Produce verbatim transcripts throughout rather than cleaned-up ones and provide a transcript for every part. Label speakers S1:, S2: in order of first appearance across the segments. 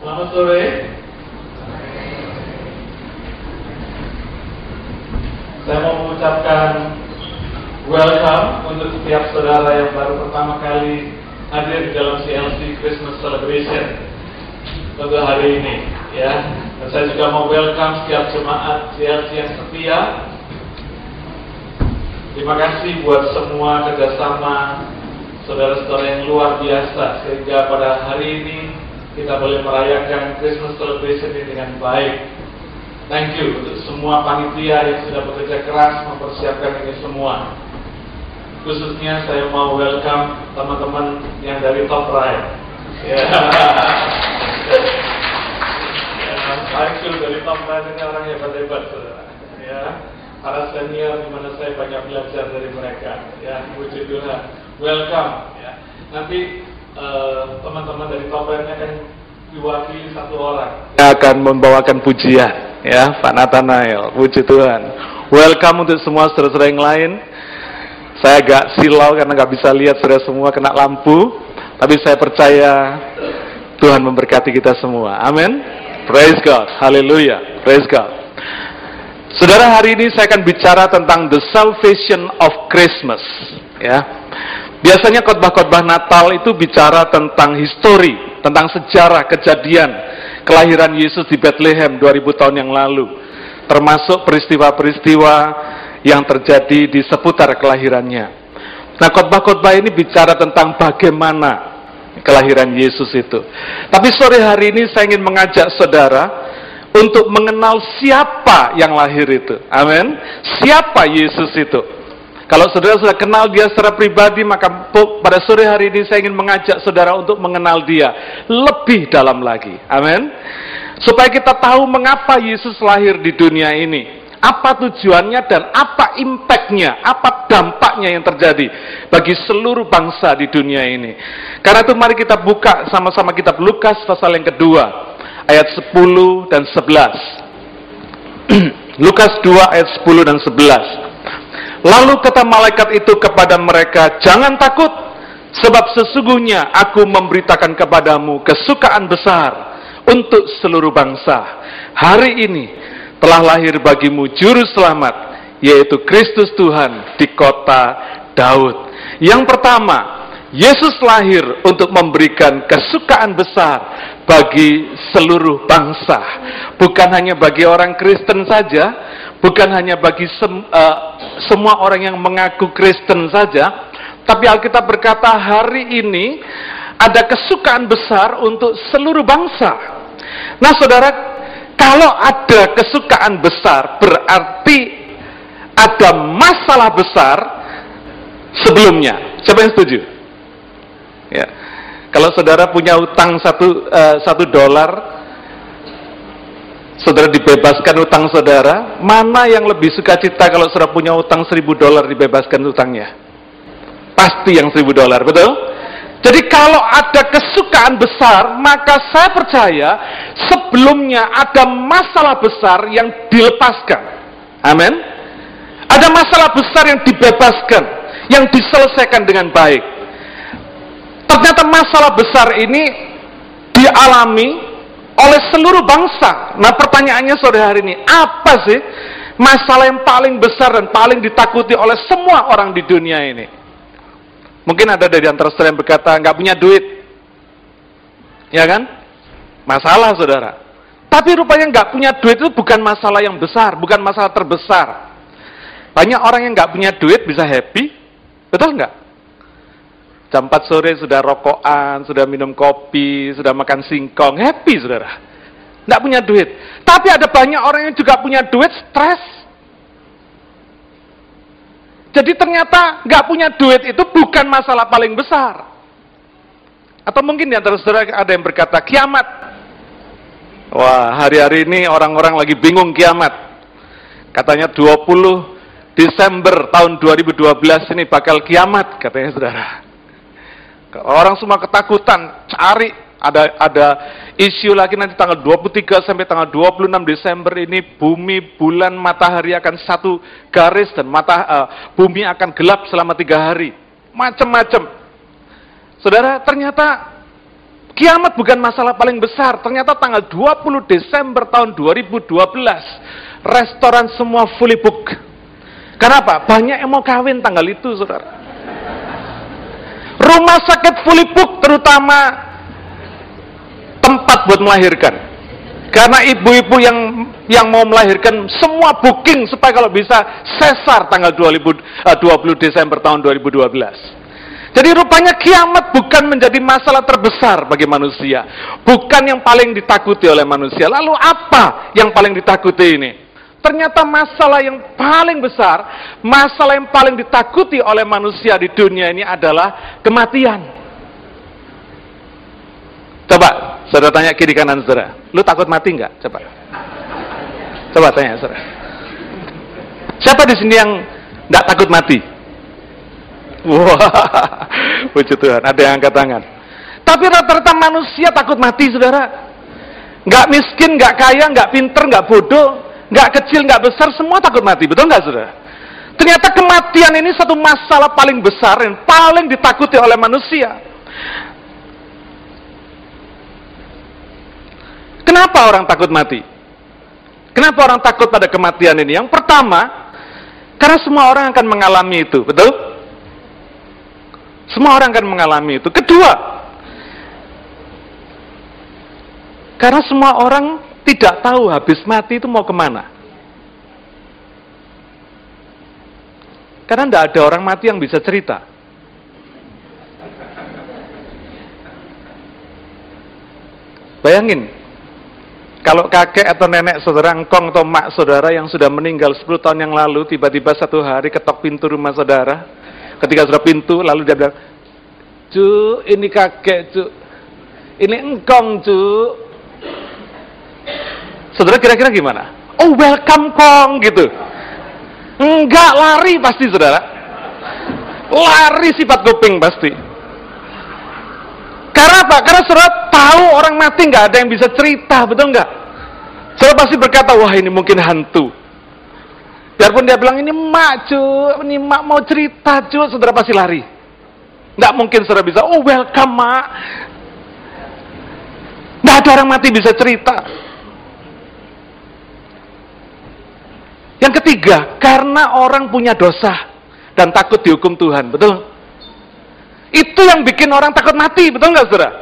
S1: Selamat sore. Saya mau mengucapkan welcome untuk setiap saudara yang baru pertama kali hadir di dalam C L C Christmas Celebration untuk hari ini, ya. Dan saya juga mau welcome setiap jemaat C L C yang setia. Terima kasih buat semua kerjasama saudara-saudara yang luar biasa, sehingga pada hari ini kita boleh merayakan Christmas Celebration ini dengan baik. Thank you untuk semua panitia yang sudah bekerja keras mempersiapkan ini semua. Khususnya saya mau welcome teman-teman yang dari top right. Ya. Thank you dari top right, ini orang hebat-hebat, saudara. Ya. Para senior di mana saya banyak belajar dari mereka. Ya, puji Tuhan. Welcome. Ya. Nanti uh, teman-teman dari top right akan diwakili satu orang. Akan membawakan pujian. Ya, Pak Nathanael, puji Tuhan. Welcome untuk semua saudara-saudara yang lain. Saya agak silau karena nggak bisa lihat saudara semua kena lampu, tapi saya percaya Tuhan memberkati kita semua. Amin. Praise God. Haleluya. Praise God. Saudara, hari ini saya akan bicara tentang the salvation of Christmas. Ya, biasanya khotbah-khotbah Natal itu bicara tentang histori, tentang sejarah kejadian kelahiran Yesus di Bethlehem dua ribu tahun yang lalu, termasuk peristiwa-peristiwa yang terjadi di seputar kelahirannya. Nah, khotbah-khotbah ini bicara tentang bagaimana kelahiran Yesus itu. Tapi sore hari ini saya ingin mengajak saudara untuk mengenal siapa yang lahir itu. Amin. Siapa Yesus itu? Kalau saudara sudah kenal dia secara pribadi, maka pada sore hari ini saya ingin mengajak saudara untuk mengenal dia lebih dalam lagi. Amin. Supaya kita tahu mengapa Yesus lahir di dunia ini. Apa tujuannya dan apa impact-nya, apa dampaknya yang terjadi bagi seluruh bangsa di dunia ini. Karena itu mari kita buka sama-sama kitab Lukas pasal yang kedua, ayat sepuluh dan sebelas. Lukas dua ayat sepuluh dan sebelas. Lalu kata malaikat itu kepada mereka, jangan takut, sebab sesungguhnya aku memberitakan kepadamu kesukaan besar untuk seluruh bangsa. Hari ini telah lahir bagimu juru selamat, yaitu Kristus Tuhan di kota Daud. Yang pertama, Yesus lahir untuk memberikan kesukaan besar bagi seluruh bangsa. Bukan hanya bagi orang Kristen saja, bukan hanya bagi sem, uh, semua orang yang mengaku Kristen saja, tapi Alkitab berkata hari ini ada kesukaan besar untuk seluruh bangsa. Nah saudara, kalau ada kesukaan besar berarti ada masalah besar sebelumnya. Siapa yang setuju? Ya. Kalau saudara punya utang satu, uh, satu dolar, saudara dibebaskan utang saudara, mana yang lebih sukacita kalau saudara punya utang seribu dolar dibebaskan utangnya? Pasti yang seribu dolar, betul? Jadi kalau ada kesukaan besar, maka saya percaya sebelumnya ada masalah besar yang dilepaskan. Amin. Ada masalah besar yang dibebaskan, yang diselesaikan dengan baik. Ternyata masalah besar ini dialami oleh seluruh bangsa. Nah pertanyaannya sore hari ini, apa sih masalah yang paling besar dan paling ditakuti oleh semua orang di dunia ini? Mungkin ada dari antara saudara yang berkata, nggak punya duit. Ya kan? Masalah saudara. Tapi rupanya nggak punya duit itu bukan masalah yang besar, bukan masalah terbesar. Banyak orang yang nggak punya duit bisa happy. Betul nggak? Jam empat sore sudah rokokan, sudah minum kopi, sudah makan singkong, happy saudara. Nggak punya duit. Tapi ada banyak orang yang juga punya duit, stres. Jadi ternyata nggak punya duit itu bukan masalah paling besar. Atau mungkin di antara saudara ada yang berkata kiamat. Wah, hari-hari ini orang-orang lagi bingung kiamat. Katanya dua puluh Desember tahun dua ribu dua belas ini bakal kiamat, katanya saudara. Orang semua ketakutan, cari ada ada isu lagi nanti tanggal dua puluh tiga sampai tanggal dua puluh enam Desember ini bumi, bulan, matahari akan satu garis dan mata uh, bumi akan gelap selama tiga hari. Macam-macam. Saudara, ternyata
S2: Kiamat bukan masalah paling besar. Ternyata tanggal dua puluh Desember tahun dua ribu dua belas, restoran semua fully book. Kenapa? Banyak yang mau kawin tanggal itu, saudara. Rumah sakit fully book, terutama tempat buat melahirkan. Karena ibu-ibu yang yang mau melahirkan semua booking supaya kalau bisa sesar tanggal dua puluh Desember tahun dua ribu dua belas. Jadi rupanya kiamat bukan menjadi masalah terbesar bagi manusia, bukan yang paling ditakuti oleh manusia. Lalu apa yang paling ditakuti ini? Ternyata masalah yang paling besar, masalah yang paling ditakuti oleh manusia di dunia ini adalah kematian. Coba, saudara tanya kiri kanan saudara, lu takut mati nggak? Coba, coba tanya saudara. Siapa di sini yang nggak takut mati? Wah, puji Tuhan, ada yang angkat tangan. Tapi rata-rata manusia takut mati, saudara. Nggak miskin, nggak kaya, nggak pinter, nggak bodoh, nggak kecil, nggak besar, semua takut mati, betul nggak, saudara? Ternyata kematian ini satu masalah paling besar yang paling ditakuti oleh manusia. Kenapa orang takut mati? Kenapa orang takut pada kematian ini? Yang pertama, karena semua orang akan mengalami itu, betul? Semua orang akan mengalami itu. Kedua, karena semua orang tidak tahu habis mati itu mau kemana. Karena tidak ada orang mati yang bisa cerita. Bayangin, kalau kakek atau nenek saudara, engkong atau mak saudara yang sudah meninggal sepuluh tahun yang lalu, tiba-tiba satu hari ketok pintu rumah saudara. Ketika sudah pintu, lalu dia bilang, "Cu, ini kakek, cu. Ini engkong, cu." Saudara kira-kira gimana? "Oh, welcome, kong," gitu. Enggak, lari pasti, saudara. Lari sifat kuping pasti. Karena apa? Karena saudara tahu orang mati nggak ada yang bisa cerita, betul nggak? Saudara pasti berkata, "Wah, ini mungkin hantu." Biarpun dia bilang, "Ini mak, cu, ini mak mau cerita, cu," saudara pasti lari. Nggak mungkin saudara bisa, "Oh, welcome, mak." Nggak ada orang mati bisa cerita. Yang ketiga, karena orang punya dosa dan takut dihukum Tuhan, betul? Itu yang bikin orang takut mati, betul nggak, saudara?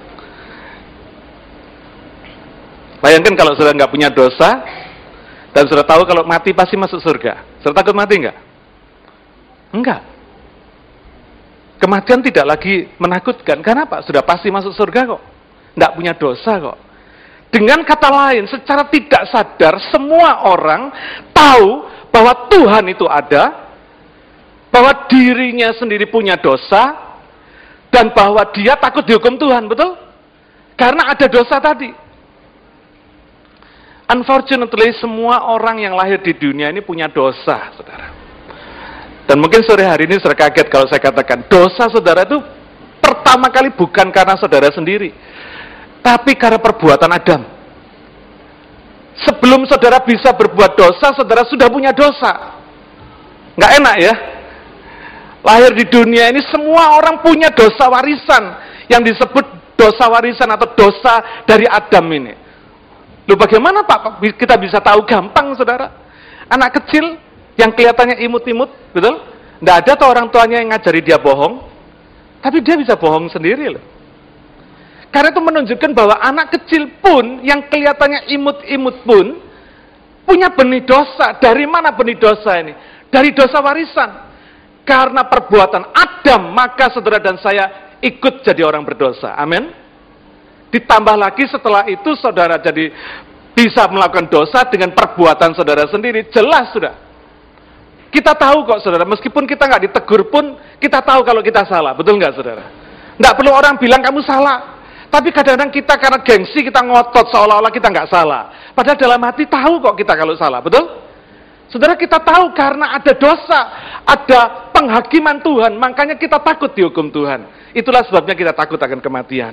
S2: Bayangkan kalau saudara nggak punya dosa, dan saudara tahu kalau mati pasti masuk surga. Saudara takut mati enggak? Enggak. Kematian tidak lagi menakutkan. Karena apa? Sudah pasti masuk surga kok. Enggak punya dosa kok. Dengan kata lain, secara tidak sadar, semua orang tahu bahwa Tuhan itu ada, bahwa dirinya sendiri punya dosa, dan bahwa dia takut dihukum Tuhan, betul? Karena ada dosa tadi. Unfortunately, semua orang yang lahir di dunia ini punya dosa, saudara. Dan mungkin sore hari ini saudara kaget kalau saya katakan, dosa saudara itu pertama kali bukan karena saudara sendiri, tapi karena perbuatan Adam. Sebelum saudara bisa berbuat dosa, saudara sudah punya dosa. Nggak enak ya? Lahir di dunia ini semua orang punya dosa warisan, yang disebut dosa warisan atau dosa dari Adam ini. Loh, bagaimana Pak kita bisa tahu? Gampang, saudara. Anak kecil yang kelihatannya imut-imut, betul? Nggak ada tuh orang tuanya yang ngajari dia bohong, tapi dia bisa bohong sendiri loh. Karena itu menunjukkan bahwa anak kecil pun yang kelihatannya imut-imut pun punya benih dosa. Dari mana benih dosa ini? Dari dosa warisan. Karena perbuatan Adam, maka saudara dan saya ikut jadi orang berdosa. Amin. Ditambah lagi setelah itu saudara jadi bisa melakukan dosa dengan perbuatan saudara sendiri. Jelas sudah. Kita tahu kok, saudara, meskipun kita nggak ditegur pun kita tahu kalau kita salah, betul nggak, saudara? Nggak perlu orang bilang kamu salah. Tapi kadang-kadang kita karena gengsi kita ngotot seolah-olah kita nggak salah. Padahal dalam hati tahu kok kita kalau salah, betul? Saudara, kita tahu karena ada dosa, ada penghakiman Tuhan, makanya kita takut dihukum Tuhan. Itulah sebabnya kita takut akan kematian.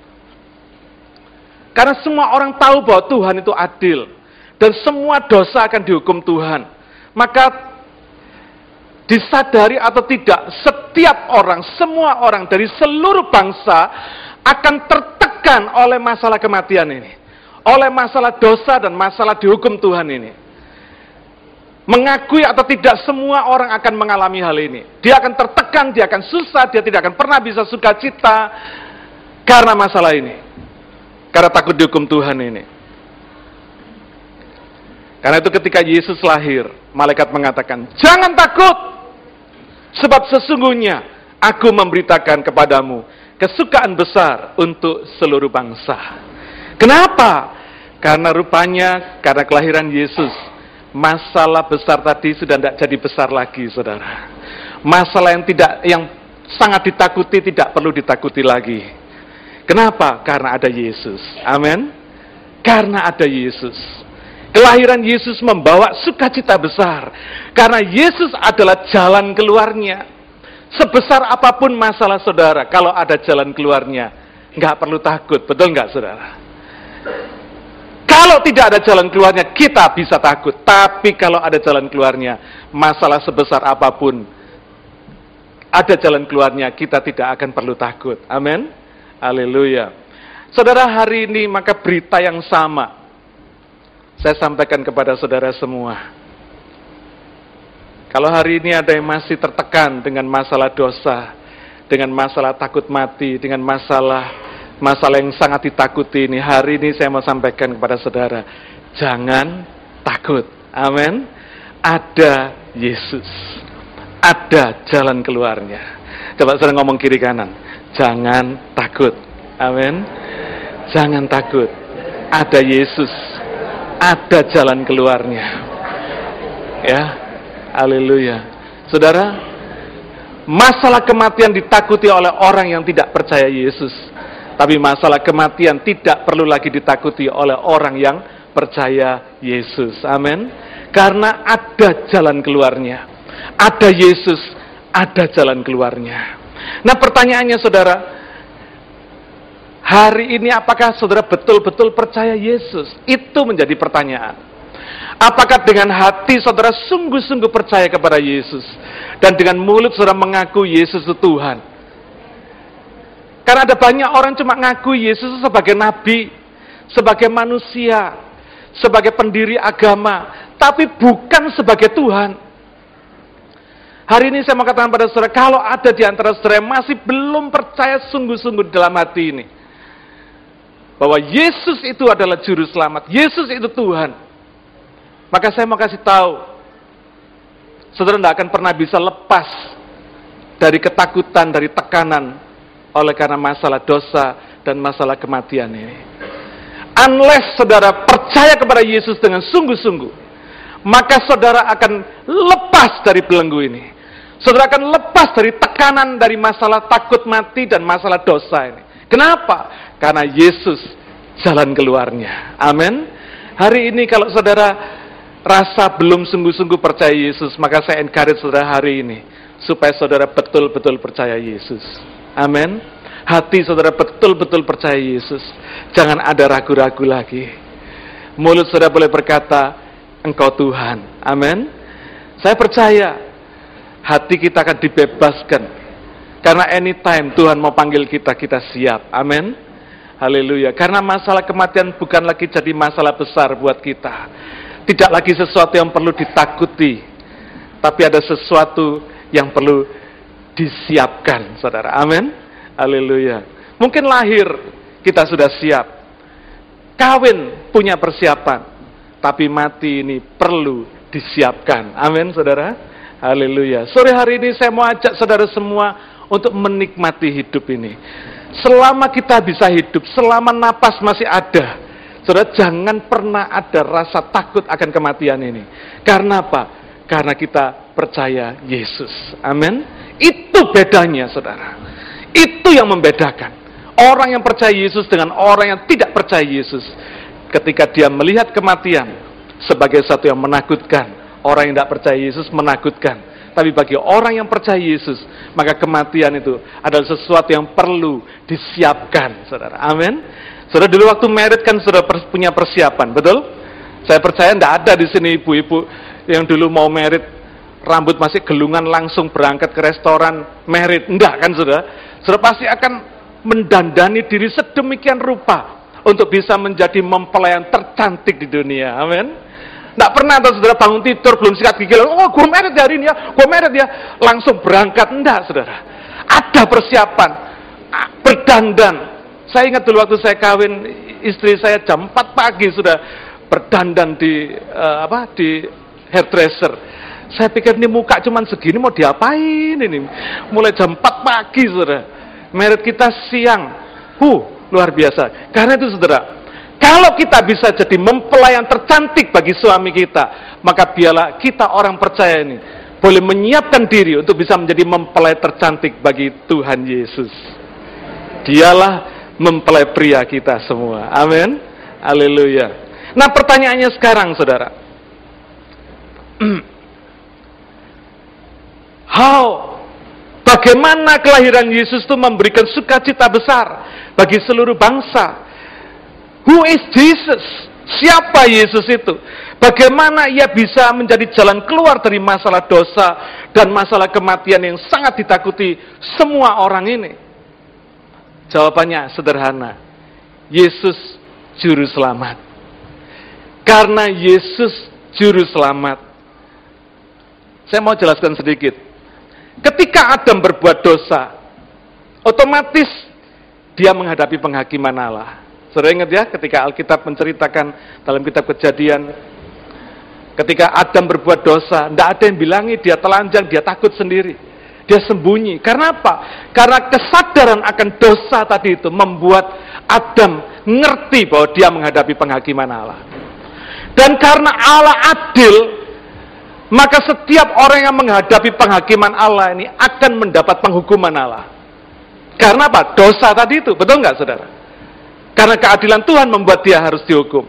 S2: Karena semua orang tahu bahwa Tuhan itu adil. Dan semua dosa akan dihukum Tuhan. Maka disadari atau tidak, setiap orang, semua orang dari seluruh bangsa akan tertekan tertekan oleh masalah kematian ini, oleh masalah dosa dan masalah dihukum Tuhan ini. Mengakui atau tidak, semua orang akan mengalami hal ini. Dia akan tertekan, dia akan susah, dia tidak akan pernah bisa sukacita karena masalah ini. Karena takut dihukum Tuhan ini. Karena itu ketika Yesus lahir, malaikat mengatakan, jangan takut, sebab sesungguhnya aku memberitakan kepadamu kesukaan besar untuk seluruh bangsa. Kenapa? Karena rupanya, karena kelahiran Yesus, masalah besar tadi sudah tidak jadi besar lagi, saudara. Masalah yang tidak, yang sangat ditakuti tidak perlu ditakuti lagi. Kenapa? Karena ada Yesus. Amin. Karena ada Yesus. Kelahiran Yesus membawa sukacita besar. Karena Yesus adalah jalan keluarnya. Sebesar apapun masalah saudara, kalau ada jalan keluarnya, nggak perlu takut. Betul nggak, saudara? Kalau tidak ada jalan keluarnya, kita bisa takut. Tapi kalau ada jalan keluarnya, masalah sebesar apapun, ada jalan keluarnya, kita tidak akan perlu takut. Amin. Haleluya. Saudara, hari ini maka berita yang sama saya sampaikan kepada saudara semua. Kalau hari ini ada yang masih tertekan dengan masalah dosa, dengan masalah takut mati, dengan masalah masalah yang sangat ditakuti ini, hari ini saya mau sampaikan kepada saudara, jangan takut. Amin. Ada Yesus. Ada jalan keluarnya. Coba saudara ngomong kiri kanan. Jangan takut. Amin. Jangan takut. Ada Yesus. Ada jalan keluarnya. Ya. Haleluya. Saudara, masalah kematian ditakuti oleh orang yang tidak percaya Yesus. Tapi masalah kematian tidak perlu lagi ditakuti oleh orang yang percaya Yesus. Amin. Karena ada jalan keluarnya. Ada Yesus, ada jalan keluarnya. Nah, pertanyaannya saudara, hari ini apakah saudara betul-betul percaya Yesus? Itu menjadi pertanyaan. Apakah dengan hati saudara sungguh-sungguh percaya kepada Yesus, dan dengan mulut saudara mengaku Yesus itu Tuhan? Karena ada banyak orang cuma ngaku Yesus sebagai nabi, sebagai manusia, sebagai pendiri agama, tapi bukan sebagai Tuhan. Hari ini saya mau katakan pada saudara, kalau ada di antara saudara yang masih belum percaya sungguh-sungguh dalam hati ini, bahwa Yesus itu adalah juru selamat, Yesus itu Tuhan, maka saya mau kasih tahu, saudara tidak akan pernah bisa lepas dari ketakutan, dari tekanan, oleh karena masalah dosa dan masalah kematian ini. Unless saudara percaya kepada Yesus dengan sungguh-sungguh, maka saudara akan lepas dari belenggu ini. Saudara akan lepas dari tekanan, dari masalah takut mati dan masalah dosa ini. Kenapa? Karena Yesus jalan keluarnya. Amin. Hari ini kalau saudara rasa belum sungguh-sungguh percaya Yesus, maka saya encourage saudara hari ini, supaya saudara betul-betul percaya Yesus. Amin. Hati saudara betul-betul percaya Yesus. Jangan ada ragu-ragu lagi. Mulut saudara boleh berkata, Engkau Tuhan. Amin. Saya percaya hati kita akan dibebaskan. Karena anytime Tuhan mau panggil kita, kita siap. Amin. Haleluya. Karena masalah kematian bukan lagi jadi masalah besar buat kita. Tidak lagi sesuatu yang perlu ditakuti, tapi ada sesuatu yang perlu disiapkan, saudara. Amin. Haleluya. Mungkin lahir kita sudah siap, kawin punya persiapan, tapi mati ini perlu disiapkan. Amin, saudara. Haleluya. Sore hari ini saya mau ajak saudara semua untuk menikmati hidup ini. Selama kita bisa hidup, selama napas masih ada, saudara, jangan pernah ada rasa takut akan kematian ini. Karena apa? Karena kita percaya Yesus. Amin. Itu bedanya, saudara. Itu yang membedakan orang yang percaya Yesus dengan orang yang tidak percaya Yesus. Ketika dia melihat kematian sebagai sesuatu yang menakutkan, orang yang tidak percaya Yesus menakutkan. Tapi bagi orang yang percaya Yesus, maka kematian itu adalah sesuatu yang perlu disiapkan, saudara. Amin. Saudara, dulu waktu merit kan sudah punya persiapan, betul? Saya percaya tidak ada di sini ibu-ibu yang dulu mau merit, rambut masih gelungan langsung berangkat ke restoran merit. Enggak kan, saudara? Saudara pasti akan mendandani diri sedemikian rupa untuk bisa menjadi mempelai yang tercantik di dunia. Amin. Nggak pernah atau saudara bangun tidur belum sikat gigi, oh gue married hari ini ya, gue married ya, langsung berangkat. Enggak, saudara. Ada persiapan, berdandan. Saya ingat dulu waktu saya kawin, istri saya jam empat pagi sudah berdandan di uh, apa di hairdresser. Saya pikir ini muka cuman segini mau diapain ini? Mulai jam empat pagi, saudara. Merit kita siang. Huh, luar biasa. Karena itu, saudara, kalau kita bisa jadi mempelai yang tercantik bagi suami kita, maka biarlah kita orang percaya ini boleh menyiapkan diri untuk bisa menjadi mempelai tercantik bagi Tuhan Yesus. Dialah mempelai pria kita semua. Amin. Haleluya. Nah, pertanyaannya sekarang, saudara. How? Bagaimana kelahiran Yesus itu memberikan sukacita besar bagi seluruh bangsa? Who is Jesus? Siapa Yesus itu? Bagaimana ia bisa menjadi jalan keluar dari masalah dosa dan masalah kematian yang sangat ditakuti semua orang ini? Jawabannya sederhana. Yesus juru selamat. Karena Yesus juru selamat. Saya mau jelaskan sedikit. Ketika Adam berbuat dosa, otomatis dia menghadapi penghakiman Allah. Saudara ingat ya, ketika Alkitab menceritakan dalam kitab Kejadian, ketika Adam berbuat dosa, tidak ada yang bilangi, dia telanjang, dia takut sendiri. Dia sembunyi. Karena apa? Karena kesadaran akan dosa tadi itu membuat Adam ngerti bahwa dia menghadapi penghakiman Allah. Dan karena Allah adil, maka setiap orang yang menghadapi penghakiman Allah ini akan mendapat penghukuman Allah. Karena apa? Dosa tadi itu, betul nggak, saudara? Karena keadilan Tuhan membuat dia harus dihukum.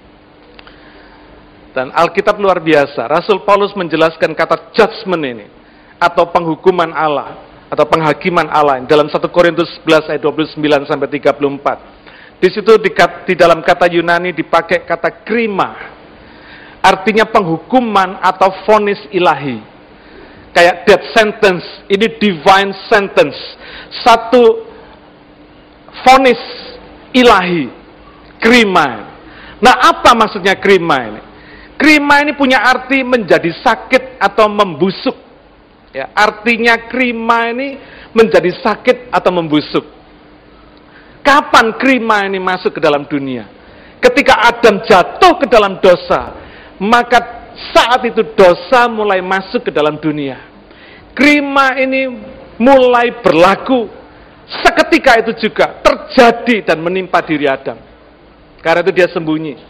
S2: Dan Alkitab luar biasa. Rasul Paulus menjelaskan kata judgment ini, atau penghukuman Allah, atau penghakiman Allah dalam satu Korintus sebelas ayat dua puluh sembilan sampai tiga puluh empat. Di situ di, di dalam kata Yunani dipakai kata krima. Artinya penghukuman atau vonis ilahi. Kayak death sentence, ini divine sentence. Satu vonis ilahi, krima. Nah, apa maksudnya krima ini? Krima ini punya arti menjadi sakit atau membusuk. Ya, artinya krima ini menjadi sakit atau membusuk. Kapan krima ini masuk ke dalam dunia? Ketika Adam jatuh ke dalam dosa, maka saat itu dosa mulai masuk ke dalam dunia. Krima ini mulai berlaku. Seketika itu juga terjadi dan menimpa diri Adam. Karena itu dia sembunyi.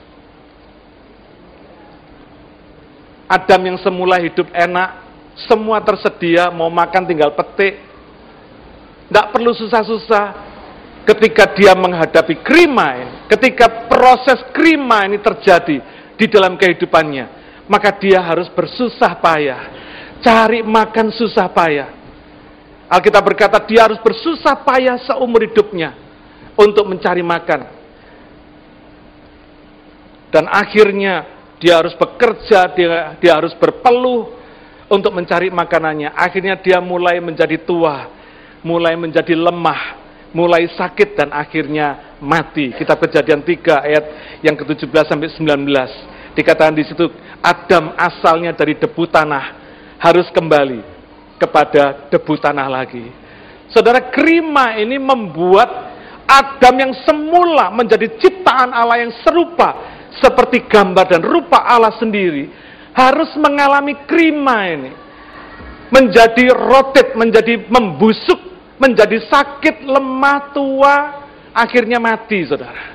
S2: Adam yang semula hidup enak, semua tersedia, mau makan tinggal petik, tidak perlu susah-susah. Ketika dia menghadapi krima ini, ketika proses krima ini terjadi di dalam kehidupannya, maka dia harus bersusah payah, cari makan susah payah. Alkitab berkata dia harus bersusah payah seumur hidupnya untuk mencari makan. Dan akhirnya dia harus bekerja, dia, dia harus berpeluh untuk mencari makanannya. Akhirnya dia mulai menjadi tua, mulai menjadi lemah, mulai sakit dan akhirnya mati. Kitab Kejadian tiga ayat yang ke tujuh belas sampai sembilan belas. Dikatakan di situ Adam asalnya dari debu tanah, harus kembali kepada debu tanah lagi. Saudara, krima ini membuat Adam yang semula menjadi ciptaan Allah yang serupa seperti gambar dan rupa Allah sendiri, harus mengalami krima ini, menjadi rotet, menjadi membusuk, menjadi sakit, lemah, tua, akhirnya mati, saudara.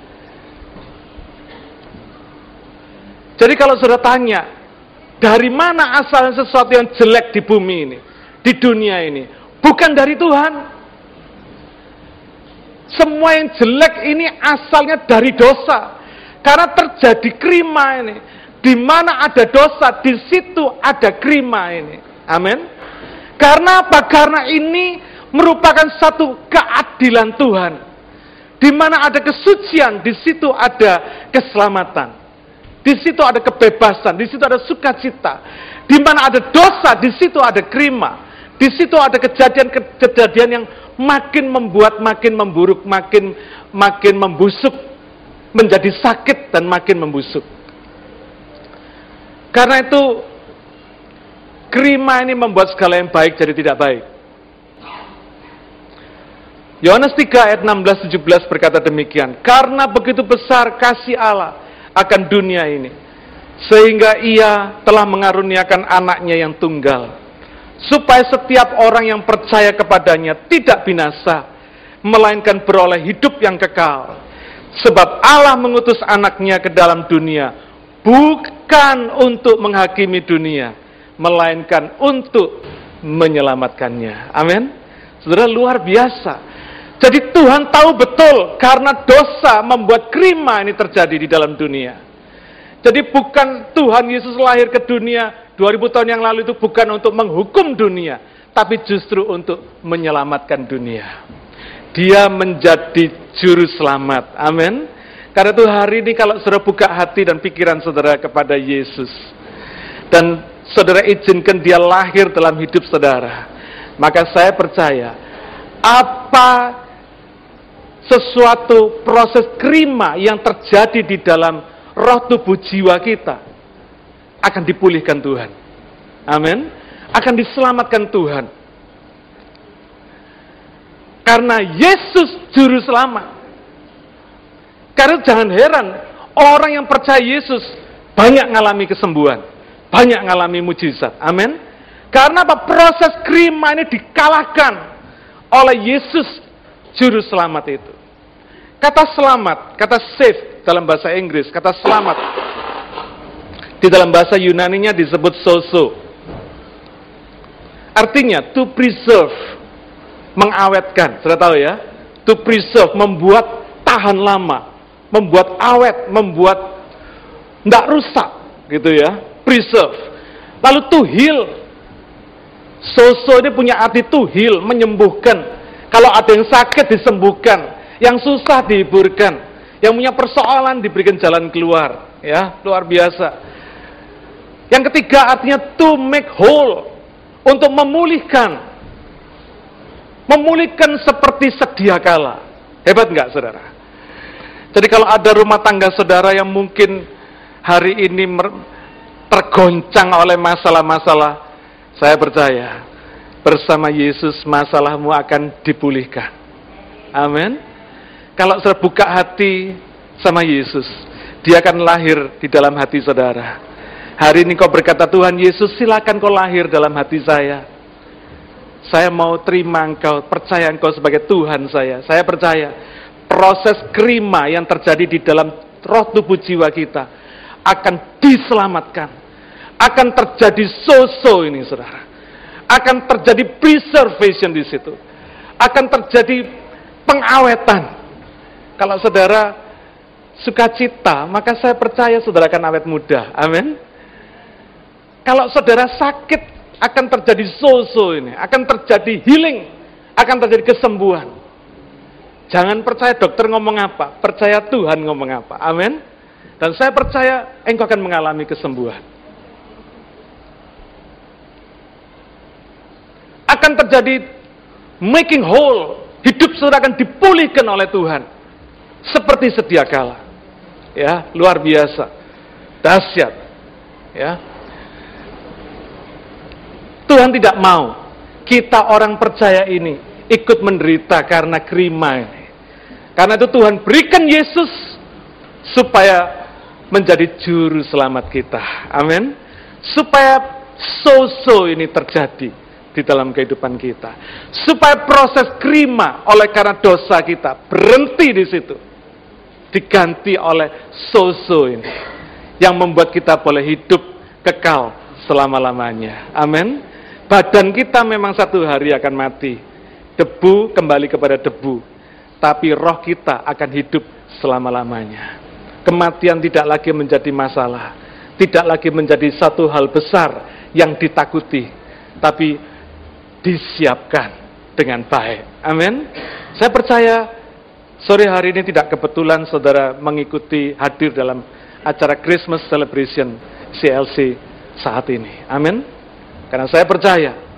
S2: Jadi kalau saudara tanya, dari mana asalnya sesuatu yang jelek di bumi ini, di dunia ini? Bukan dari Tuhan. Semua yang jelek ini asalnya dari dosa. Karena terjadi krima ini. Di mana ada dosa, di situ ada krima ini. Amin. Karena apa? Karena ini merupakan satu keadilan Tuhan. Di mana ada kesucian, di situ ada keselamatan. Di situ ada kebebasan, di situ ada sukacita. Di mana ada dosa, di situ ada krima. Di situ ada kejadian-kejadian yang makin membuat makin memburuk, makin makin membusuk, menjadi sakit dan makin membusuk. Karena itu kerima ini membuat segala yang baik jadi tidak baik. Yohanes tiga ayat enam belas tujuh belas berkata demikian, karena begitu besar kasih Allah akan dunia ini, sehingga ia telah mengaruniakan anaknya yang tunggal, supaya setiap orang yang percaya kepadanya tidak binasa, melainkan beroleh hidup yang kekal. Sebab Allah mengutus anaknya ke dalam dunia, bukan untuk menghakimi dunia, melainkan untuk menyelamatkannya. Amin. Saudara, luar biasa. Jadi Tuhan tahu betul karena dosa membuat kerima ini terjadi di dalam dunia. Jadi bukan Tuhan Yesus lahir ke dunia dua ribu tahun yang lalu itu bukan untuk menghukum dunia, tapi justru untuk menyelamatkan dunia. Dia menjadi juru selamat. Amin. Karena itu hari ini kalau saudara buka hati dan pikiran saudara kepada Yesus, dan saudara izinkan dia lahir dalam hidup saudara, maka saya percaya apa sesuatu proses kerima yang terjadi di dalam roh tubuh jiwa kita akan dipulihkan Tuhan. Amin. Akan diselamatkan Tuhan. Karena Yesus juru selamat. Karena jangan heran, orang yang percaya Yesus banyak mengalami kesembuhan, banyak mengalami mujizat. Amin. Karena apa? Proses kerima ini dikalahkan oleh Yesus juru selamat itu. Kata selamat, kata save dalam bahasa Inggris, kata selamat di dalam bahasa Yunaninya disebut sozo. Artinya to preserve, mengawetkan. Sudah tahu ya? To preserve, membuat tahan lama, membuat awet, membuat tidak rusak, gitu ya. Preserve. Lalu to heal. Sozo ini punya arti to heal, menyembuhkan. Kalau ada yang sakit disembuhkan, yang susah dihiburkan, yang punya persoalan diberikan jalan keluar, ya, luar biasa. Yang ketiga artinya to make whole, untuk memulihkan, memulihkan seperti sedia kala. Hebat nggak, saudara? Jadi kalau ada rumah tangga saudara yang mungkin hari ini tergoncang oleh masalah-masalah, saya percaya bersama Yesus masalahmu akan dipulihkan. Amin. Kalau saudara buka hati sama Yesus, dia akan lahir di dalam hati saudara. Hari ini kau berkata, Tuhan Yesus, silakan kau lahir dalam hati saya. Saya mau terima engkau, percaya engkau sebagai Tuhan saya. Saya percaya proses kerima yang terjadi di dalam roh tubuh jiwa kita akan diselamatkan. Akan terjadi sozo ini, saudara. Akan terjadi preservation di situ. Akan terjadi pengawetan. Kalau saudara sukacita, maka saya percaya saudara akan awet muda. Amin. Kalau saudara sakit, akan terjadi sozo ini. Akan terjadi healing. Akan terjadi kesembuhan. Jangan percaya dokter ngomong apa. Percaya Tuhan ngomong apa. Amin. Dan saya percaya engkau akan mengalami kesembuhan. Akan terjadi making whole. Hidup saudara akan dipulihkan oleh Tuhan. Seperti sedia kala. Ya, luar biasa. Dahsyat. Ya. Tuhan tidak mau kita orang percaya ini ikut menderita karena kerima ini. Karena itu Tuhan berikan Yesus supaya menjadi juru selamat kita. Amin. Supaya sozo ini terjadi di dalam kehidupan kita. Supaya proses kerima oleh karena dosa kita berhenti di situ. Diganti oleh sozo ini. Yang membuat kita boleh hidup kekal selama-lamanya. Amin. Badan kita memang satu hari akan mati. Debu kembali kepada debu. Tapi roh kita akan hidup selama-lamanya. Kematian tidak lagi menjadi masalah. Tidak lagi menjadi satu hal besar yang ditakuti. Tapi disiapkan dengan baik. Amin. Saya percaya sore hari ini tidak kebetulan saudara mengikuti hadir dalam acara Christmas Celebration C L C saat ini. Amin. Karena saya percaya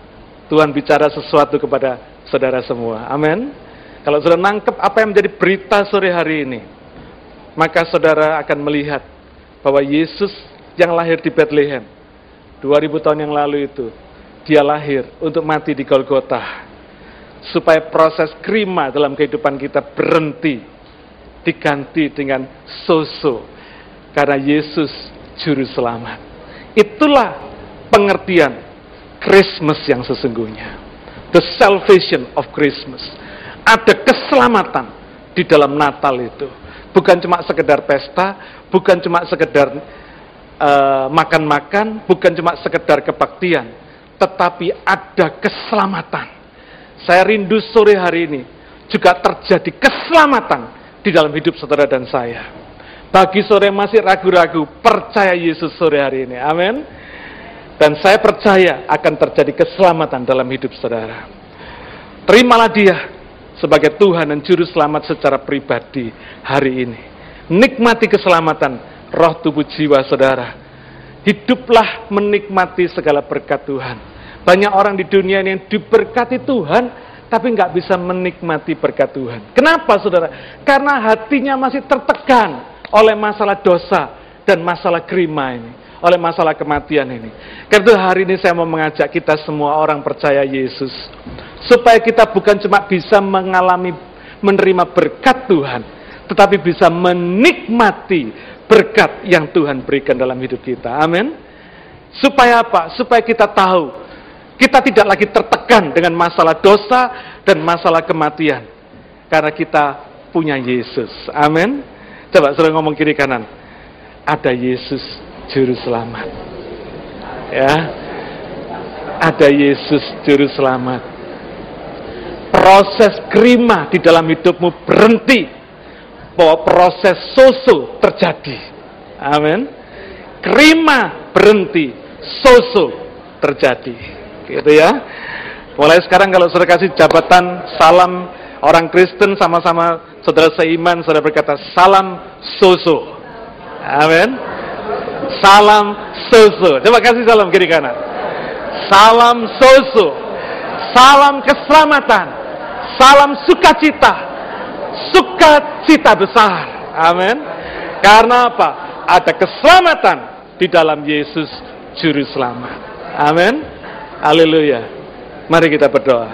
S2: Tuhan bicara sesuatu kepada saudara semua. Amin. Kalau saudara nangkep apa yang menjadi berita sore hari ini, maka saudara akan melihat bahwa Yesus yang lahir di Bethlehem dua ribu tahun yang lalu itu, dia lahir untuk mati di Golgota, supaya proses krima dalam kehidupan kita berhenti, diganti dengan soso, karena Yesus juru selamat. Itulah pengertian Christmas yang sesungguhnya. The salvation of Christmas. Ada keselamatan di dalam Natal itu. Bukan cuma sekedar pesta, bukan cuma sekedar uh, makan-makan, bukan cuma sekedar kebaktian, tetapi ada keselamatan. Saya rindu sore hari ini juga terjadi keselamatan di dalam hidup saudara dan saya. Bagi saudara yang masih ragu-ragu, percaya Yesus sore hari ini. Amin. Dan saya percaya akan terjadi keselamatan dalam hidup saudara. Terimalah dia sebagai Tuhan dan Juru Selamat secara pribadi hari ini. Nikmati keselamatan roh, tubuh, jiwa saudara. Hiduplah menikmati segala berkat Tuhan. Banyak orang di dunia ini yang diberkati Tuhan, tapi nggak bisa menikmati berkat Tuhan. Kenapa saudara? Karena hatinya masih tertekan oleh masalah dosa dan masalah krima ini, oleh masalah kematian ini. Karena itu hari ini saya mau mengajak kita semua orang percaya Yesus, supaya kita bukan cuma bisa mengalami, menerima berkat Tuhan, tetapi bisa menikmati berkat yang Tuhan berikan dalam hidup kita. Amin. Supaya apa? Supaya kita tahu, kita tidak lagi tertekan dengan masalah dosa dan masalah kematian, karena kita punya Yesus. Amin. Coba suruh ngomong kiri kanan. Ada Yesus Juru Selamat. Ya. Ada Yesus Juru Selamat. Proses krima di dalam hidupmu berhenti, bahwa proses soso terjadi. Amin. Krima berhenti, soso terjadi. Gitu ya. Mulai sekarang kalau saudara kasih jabatan salam orang Kristen sama-sama saudara seiman, saudara berkata salam soso. Amin. Salam soso. Coba kasih salam kiri kanan. Salam soso. Salam keselamatan. Salam sukacita. Sukacita besar. Amin. Karena apa? Ada keselamatan di dalam Yesus Juru Selamat. Amin. Haleluya. Mari kita berdoa.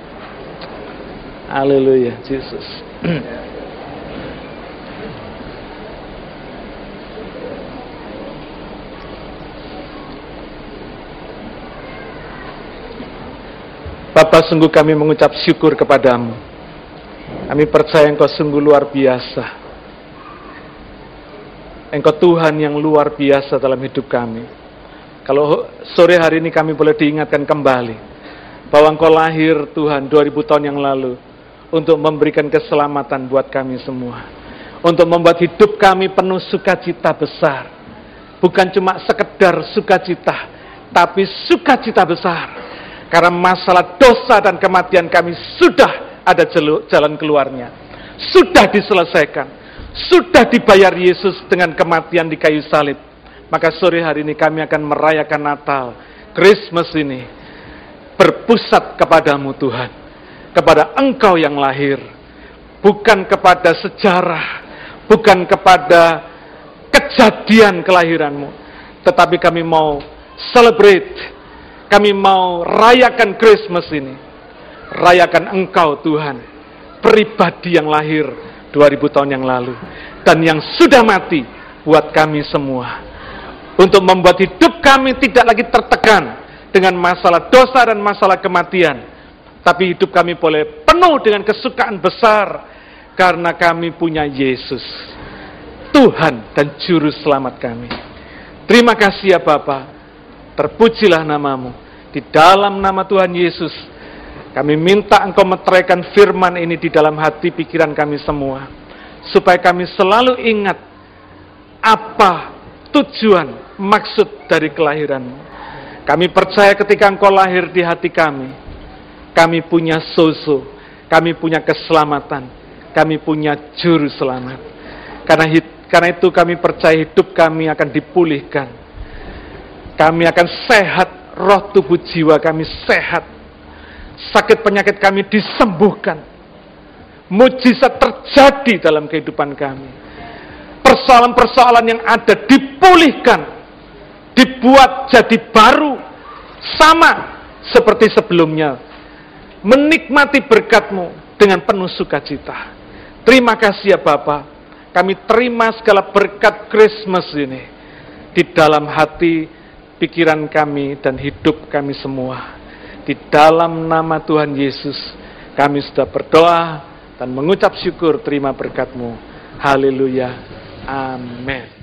S2: Haleluya, Yesus. Bapa, sungguh kami mengucap syukur kepadamu. Kami percaya Engkau sungguh luar biasa. Engkau Tuhan yang luar biasa dalam hidup kami. Kalau sore hari ini kami boleh diingatkan kembali bahwa Engkau lahir Tuhan dua ribu tahun yang lalu untuk memberikan keselamatan buat kami semua. Untuk membuat hidup kami penuh sukacita besar. Bukan cuma sekedar sukacita, tapi sukacita besar. Karena masalah dosa dan kematian kami sudah ada jalan keluarnya. Sudah diselesaikan. Sudah dibayar Yesus dengan kematian di kayu salib. Maka sore hari ini kami akan merayakan Natal, Christmas ini, berpusat kepadamu Tuhan. Kepada Engkau yang lahir. Bukan kepada sejarah. Bukan kepada kejadian kelahiranmu. Tetapi kami mau celebrate. Kami mau rayakan Christmas ini. Rayakan Engkau Tuhan. Pribadi yang lahir dua ribu tahun yang lalu. Dan yang sudah mati buat kami semua. Untuk membuat hidup kami tidak lagi tertekan dengan masalah dosa dan masalah kematian. Tapi hidup kami boleh penuh dengan kesukaan besar. Karena kami punya Yesus. Tuhan dan Juru Selamat kami. Terima kasih ya Bapa. Terpujilah namamu. Di dalam nama Tuhan Yesus, kami minta Engkau meteraikan firman ini di dalam hati pikiran kami semua. Supaya kami selalu ingat apa tujuan, maksud dari kelahiran-Mu. Kami percaya ketika Engkau lahir di hati kami, kami punya soso, kami punya keselamatan, kami punya Juru Selamat. Karena, karena itu kami percaya hidup kami akan dipulihkan. Kami akan sehat, roh tubuh jiwa kami sehat. sakit penyakit kami disembuhkan. Mujizat terjadi dalam kehidupan kami. Persoalan-persoalan yang ada dipulihkan, dibuat jadi baru, sama seperti sebelumnya. Menikmati berkat-Mu dengan penuh sukacita. Terima kasih ya Bapa. Kami terima segala berkat Christmas ini di dalam hati, pikiran kami, dan hidup kami semua. Di dalam nama Tuhan Yesus, kami sudah berdoa dan mengucap syukur terima berkat-Mu. Haleluya. Amin.